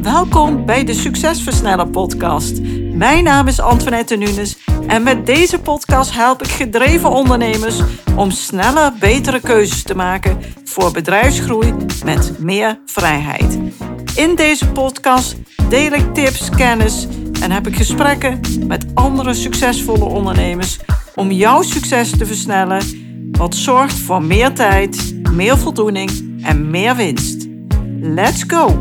Welkom bij de Succesversneller podcast. Mijn naam is Antoinette Nunes en met deze podcast help ik gedreven ondernemers om sneller, betere keuzes te maken voor bedrijfsgroei met meer vrijheid. In deze podcast deel ik tips, kennis en heb ik gesprekken met andere succesvolle ondernemers om jouw succes te versnellen, wat zorgt voor meer tijd, meer voldoening en meer winst. Let's go!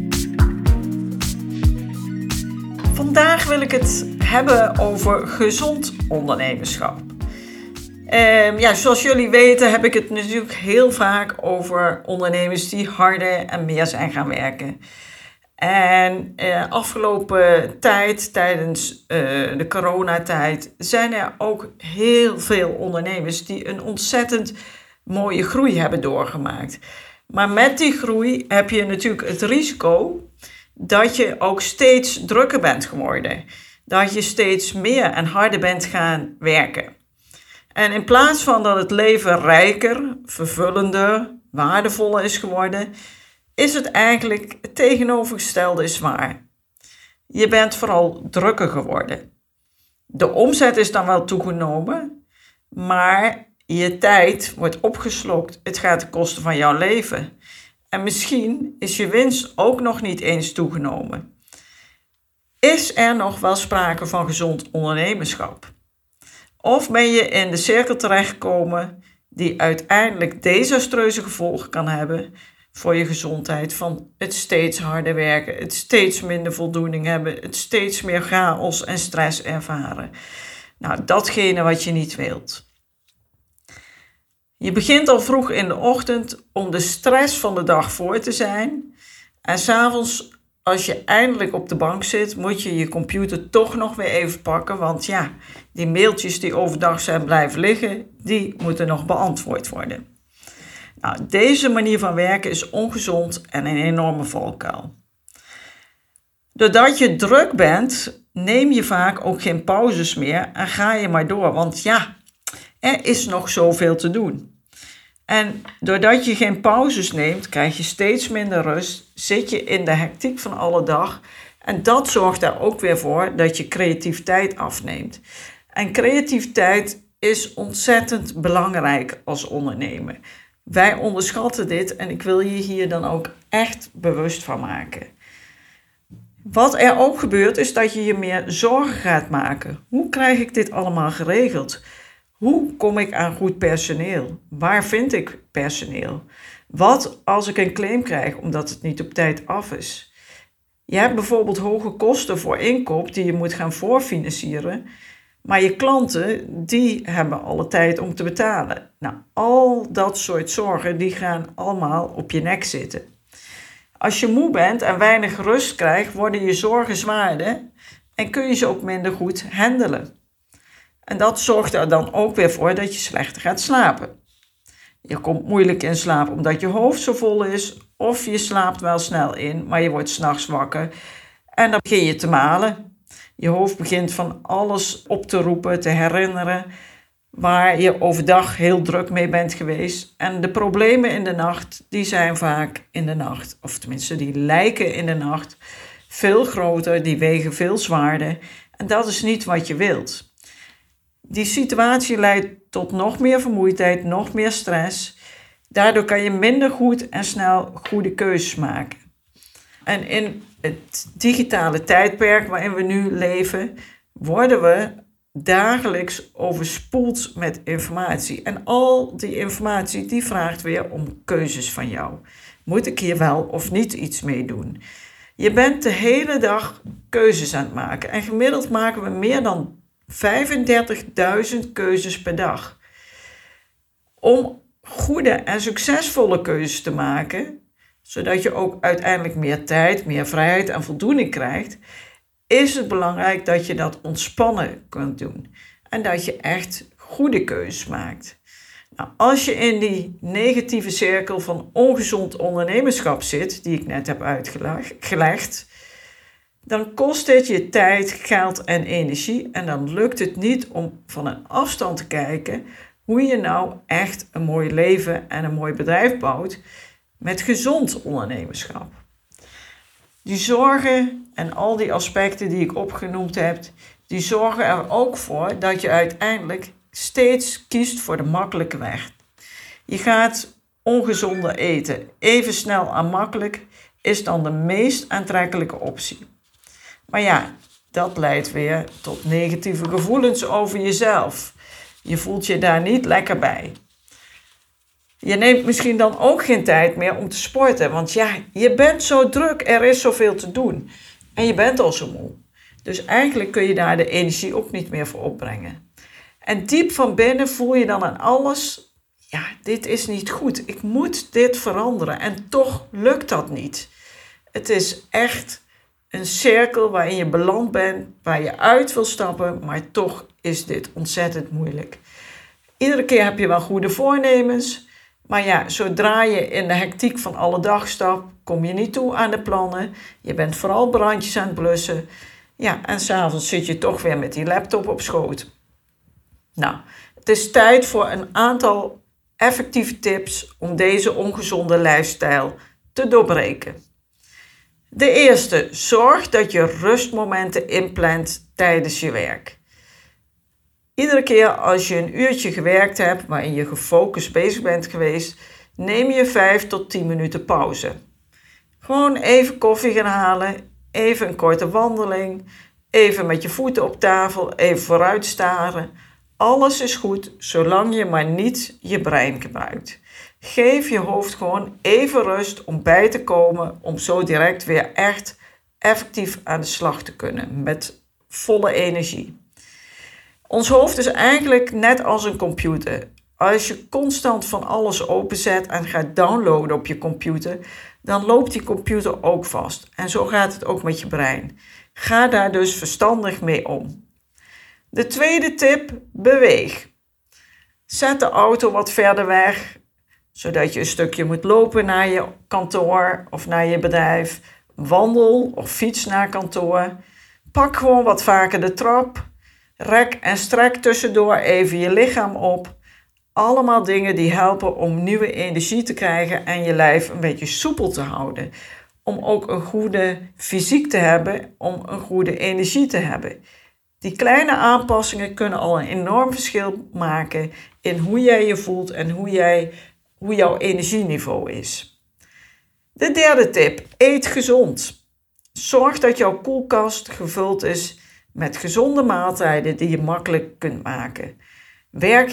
Vandaag wil ik het hebben over gezond ondernemerschap. Zoals jullie weten heb ik het natuurlijk heel vaak over ondernemers die harder en meer zijn gaan werken. En afgelopen tijd, tijdens de coronatijd, zijn er ook heel veel ondernemers die een ontzettend mooie groei hebben doorgemaakt. Maar met die groei heb je natuurlijk het risico dat je ook steeds drukker bent geworden. Dat je steeds meer en harder bent gaan werken. En in plaats van dat het leven rijker, vervullender, waardevoller is geworden, is het eigenlijk het tegenovergestelde is waar. Je bent vooral drukker geworden. De omzet is dan wel toegenomen, maar je tijd wordt opgeslokt. Het gaat ten koste van jouw leven. En misschien is je winst ook nog niet eens toegenomen. Is er nog wel sprake van gezond ondernemerschap? Of ben je in de cirkel terechtgekomen die uiteindelijk desastreuze gevolgen kan hebben voor je gezondheid, van het steeds harder werken, het steeds minder voldoening hebben, het steeds meer chaos en stress ervaren? Nou, datgene wat je niet wilt. Je begint al vroeg in de ochtend om de stress van de dag voor te zijn. En 's avonds, als je eindelijk op de bank zit, moet je je computer toch nog weer even pakken. Want ja, die mailtjes die overdag zijn blijven liggen, die moeten nog beantwoord worden. Nou, deze manier van werken is ongezond en een enorme valkuil. Doordat je druk bent, neem je vaak ook geen pauzes meer en ga je maar door. Want ja, er is nog zoveel te doen. En doordat je geen pauzes neemt, krijg je steeds minder rust, zit je in de hectiek van alle dag. En dat zorgt er ook weer voor dat je creativiteit afneemt. En creativiteit is ontzettend belangrijk als ondernemer. Wij onderschatten dit en ik wil je hier dan ook echt bewust van maken. Wat er ook gebeurt is dat je je meer zorgen gaat maken. Hoe krijg ik dit allemaal geregeld? Hoe kom ik aan goed personeel? Waar vind ik personeel? Wat als ik een claim krijg omdat het niet op tijd af is? Je hebt bijvoorbeeld hoge kosten voor inkoop die je moet gaan voorfinancieren. Maar je klanten die hebben alle tijd om te betalen. Nou, al dat soort zorgen die gaan allemaal op je nek zitten. Als je moe bent en weinig rust krijgt, worden je zorgen zwaarder en kun je ze ook minder goed handelen. En dat zorgt er dan ook weer voor dat je slechter gaat slapen. Je komt moeilijk in slaap omdat je hoofd zo vol is, of je slaapt wel snel in, maar je wordt 's nachts wakker en dan begin je te malen. Je hoofd begint van alles op te roepen, te herinneren, waar je overdag heel druk mee bent geweest. En de problemen in de nacht, die zijn vaak in de nacht, of tenminste die lijken in de nacht, veel groter, die wegen veel zwaarder. En dat is niet wat je wilt. Die situatie leidt tot nog meer vermoeidheid, nog meer stress. Daardoor kan je minder goed en snel goede keuzes maken. En in het digitale tijdperk waarin we nu leven, worden we dagelijks overspoeld met informatie. En al die informatie die vraagt weer om keuzes van jou. Moet ik hier wel of niet iets mee doen? Je bent de hele dag keuzes aan het maken. En gemiddeld maken we meer dan 35.000 keuzes per dag. Om goede en succesvolle keuzes te maken, zodat je ook uiteindelijk meer tijd, meer vrijheid en voldoening krijgt, is het belangrijk dat je dat ontspannen kunt doen. En dat je echt goede keuzes maakt. Nou, als je in die negatieve cirkel van ongezond ondernemerschap zit, die ik net heb uitgelegd, dan kost het je tijd, geld en energie. En dan lukt het niet om van een afstand te kijken hoe je nou echt een mooi leven en een mooi bedrijf bouwt met gezond ondernemerschap. Die zorgen en al die aspecten die ik opgenoemd heb, die zorgen er ook voor dat je uiteindelijk steeds kiest voor de makkelijke weg. Je gaat ongezonder eten. Even snel en makkelijk is dan de meest aantrekkelijke optie. Maar ja, dat leidt weer tot negatieve gevoelens over jezelf. Je voelt je daar niet lekker bij. Je neemt misschien dan ook geen tijd meer om te sporten. Want ja, je bent zo druk, er is zoveel te doen. En je bent al zo moe. Dus eigenlijk kun je daar de energie ook niet meer voor opbrengen. En diep van binnen voel je dan aan alles, ja, dit is niet goed. Ik moet dit veranderen. En toch lukt dat niet. Het is echt een cirkel waarin je beland bent, waar je uit wil stappen, maar toch is dit ontzettend moeilijk. Iedere keer heb je wel goede voornemens, maar ja, zodra je in de hectiek van alle dag stapt, kom je niet toe aan de plannen. Je bent vooral brandjes aan het blussen. Ja, en s'avonds zit je toch weer met die laptop op schoot. Nou, het is tijd voor een aantal effectieve tips om deze ongezonde lifestyle te doorbreken. De eerste, zorg dat je rustmomenten inplant tijdens je werk. Iedere keer als je een uurtje gewerkt hebt waarin je gefocust bezig bent geweest, neem je 5 tot 10 minuten pauze. Gewoon even koffie gaan halen, even een korte wandeling, even met je voeten op tafel, even vooruit staren. Alles is goed, zolang je maar niet je brein gebruikt. Geef je hoofd gewoon even rust om bij te komen, om zo direct weer echt effectief aan de slag te kunnen met volle energie. Ons hoofd is eigenlijk net als een computer. Als je constant van alles openzet en gaat downloaden op je computer, dan loopt die computer ook vast. En zo gaat het ook met je brein. Ga daar dus verstandig mee om. De tweede tip, beweeg. Zet de auto wat verder weg, zodat je een stukje moet lopen naar je kantoor of naar je bedrijf. Wandel of fiets naar kantoor. Pak gewoon wat vaker de trap. Rek en strek tussendoor even je lichaam op. Allemaal dingen die helpen om nieuwe energie te krijgen en je lijf een beetje soepel te houden. Om ook een goede fysiek te hebben, om een goede energie te hebben. Die kleine aanpassingen kunnen al een enorm verschil maken in hoe jij je voelt en hoe jouw energieniveau is. De derde tip, eet gezond. Zorg dat jouw koelkast gevuld is met gezonde maaltijden die je makkelijk kunt maken. Werk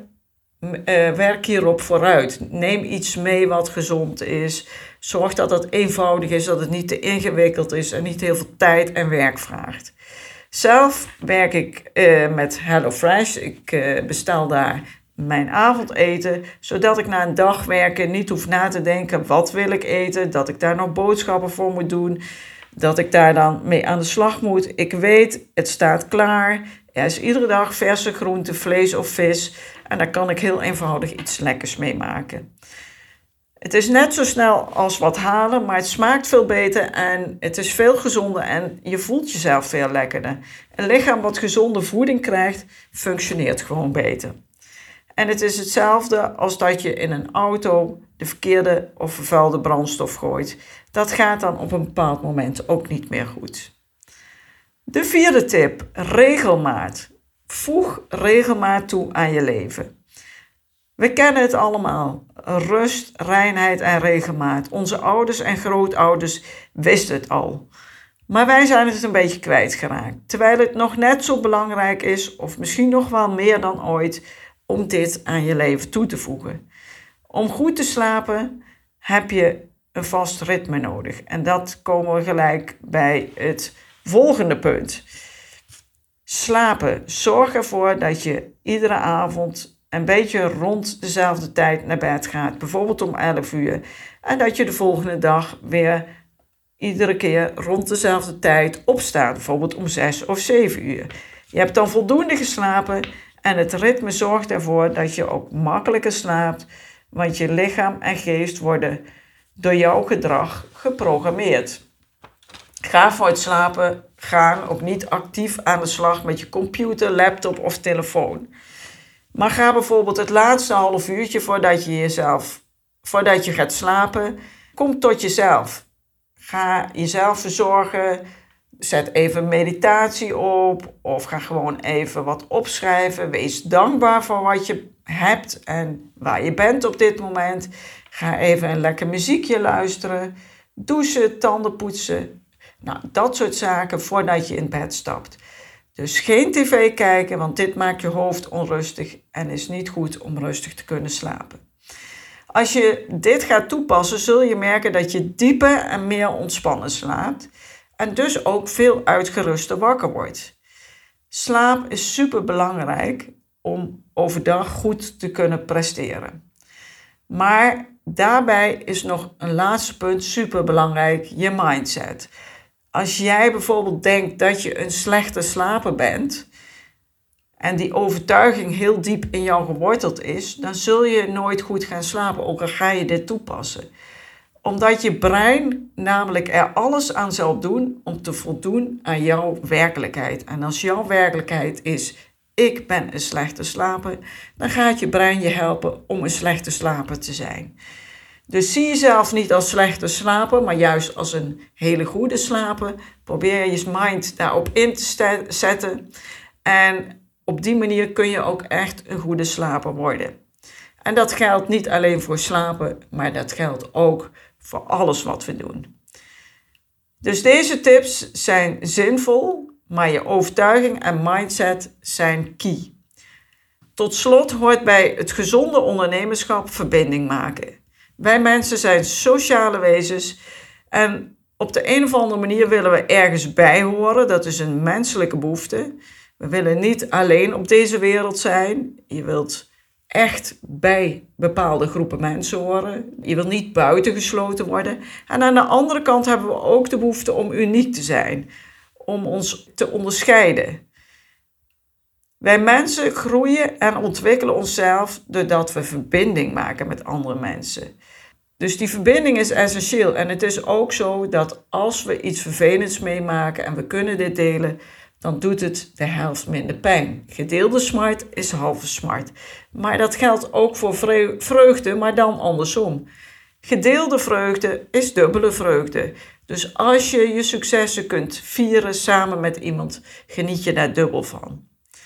hierop vooruit. Neem iets mee wat gezond is. Zorg dat het eenvoudig is, dat het niet te ingewikkeld is en niet heel veel tijd en werk vraagt. Zelf werk ik met HelloFresh. Ik bestel daar mijn avondeten, zodat ik na een dag werken niet hoef na te denken wat wil ik eten, dat ik daar nog boodschappen voor moet doen, dat ik daar dan mee aan de slag moet. Ik weet, het staat klaar. Er is iedere dag verse groente, vlees of vis en daar kan ik heel eenvoudig iets lekkers mee maken. Het is net zo snel als wat halen, maar het smaakt veel beter en het is veel gezonder en je voelt jezelf veel lekkerder. Een lichaam wat gezonde voeding krijgt, functioneert gewoon beter. En het is hetzelfde als dat je in een auto de verkeerde of vervuilde brandstof gooit. Dat gaat dan op een bepaald moment ook niet meer goed. De vierde tip, regelmaat. Voeg regelmaat toe aan je leven. We kennen het allemaal. Rust, reinheid en regelmaat. Onze ouders en grootouders wisten het al. Maar wij zijn het een beetje kwijtgeraakt. Terwijl het nog net zo belangrijk is, of misschien nog wel meer dan ooit, om dit aan je leven toe te voegen. Om goed te slapen heb je een vast ritme nodig. En dat komen we gelijk bij het volgende punt. Slapen. Zorg ervoor dat je iedere avond een beetje rond dezelfde tijd naar bed gaat. Bijvoorbeeld om 11 uur. En dat je de volgende dag weer iedere keer rond dezelfde tijd opstaat. Bijvoorbeeld om 6 of 7 uur. Je hebt dan voldoende geslapen. En het ritme zorgt ervoor dat je ook makkelijker slaapt. Want je lichaam en geest worden door jouw gedrag geprogrammeerd. Ga voor het slapen gaan ook niet actief aan de slag met je computer, laptop of telefoon. Maar ga bijvoorbeeld het laatste half uurtje voordat je gaat slapen, kom tot jezelf. Ga jezelf verzorgen. Zet even meditatie op of ga gewoon even wat opschrijven. Wees dankbaar voor wat je hebt en waar je bent op dit moment. Ga even een lekker muziekje luisteren. Douchen, tanden poetsen. Nou, dat soort zaken voordat je in bed stapt. Dus geen tv kijken, want dit maakt je hoofd onrustig en is niet goed om rustig te kunnen slapen. Als je dit gaat toepassen, zul je merken dat je dieper en meer ontspannen slaapt. En dus ook veel uitgeruster wakker wordt. Slaap is super belangrijk om overdag goed te kunnen presteren. Maar daarbij is nog een laatste punt super belangrijk, je mindset. Als jij bijvoorbeeld denkt dat je een slechte slaper bent en die overtuiging heel diep in jou geworteld is, dan zul je nooit goed gaan slapen, ook al ga je dit toepassen. Omdat je brein namelijk er alles aan zal doen om te voldoen aan jouw werkelijkheid. En als jouw werkelijkheid is, ik ben een slechte slaper, dan gaat je brein je helpen om een slechte slaper te zijn. Dus zie jezelf niet als slechte slaper, maar juist als een hele goede slaper. Probeer je mind daarop in te zetten. En op die manier kun je ook echt een goede slaper worden. En dat geldt niet alleen voor slapen, maar dat geldt ook voor alles wat we doen. Dus deze tips zijn zinvol, maar je overtuiging en mindset zijn key. Tot slot hoort bij het gezonde ondernemerschap verbinding maken. Wij mensen zijn sociale wezens en op de een of andere manier willen we ergens bij horen. Dat is een menselijke behoefte. We willen niet alleen op deze wereld zijn. Je wilt echt bij bepaalde groepen mensen horen. Je wilt niet buitengesloten worden. En aan de andere kant hebben we ook de behoefte om uniek te zijn. Om ons te onderscheiden. Wij mensen groeien en ontwikkelen onszelf doordat we verbinding maken met andere mensen. Dus die verbinding is essentieel. En het is ook zo dat als we iets vervelends meemaken en we kunnen dit delen, dan doet het de helft minder pijn. Gedeelde smart is halve smart. Maar dat geldt ook voor vreugde, maar dan andersom. Gedeelde vreugde is dubbele vreugde. Dus als je je successen kunt vieren samen met iemand, geniet je daar dubbel van.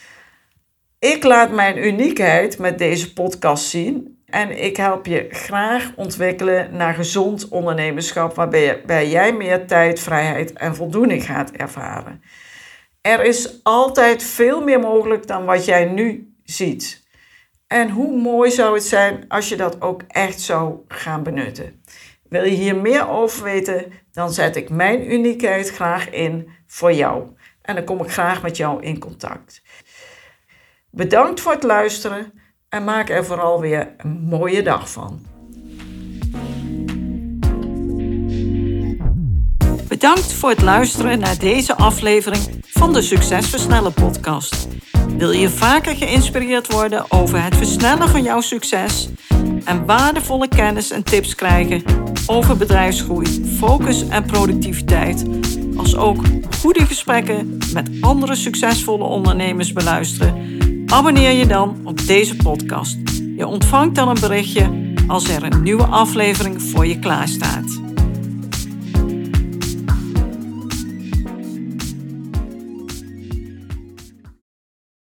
Ik laat mijn uniekheid met deze podcast zien en ik help je graag ontwikkelen naar gezond ondernemerschap waarbij jij meer tijd, vrijheid en voldoening gaat ervaren. Er is altijd veel meer mogelijk dan wat jij nu ziet. En hoe mooi zou het zijn als je dat ook echt zou gaan benutten. Wil je hier meer over weten, dan zet ik mijn uniekheid graag in voor jou. En dan kom ik graag met jou in contact. Bedankt voor het luisteren en maak er vooral weer een mooie dag van. Bedankt voor het luisteren naar deze aflevering van de Succesversnellen podcast. Wil je vaker geïnspireerd worden over het versnellen van jouw succes en waardevolle kennis en tips krijgen over bedrijfsgroei, focus en productiviteit, als ook goede gesprekken met andere succesvolle ondernemers beluisteren? Abonneer je dan op deze podcast. Je ontvangt dan een berichtje als er een nieuwe aflevering voor je klaarstaat.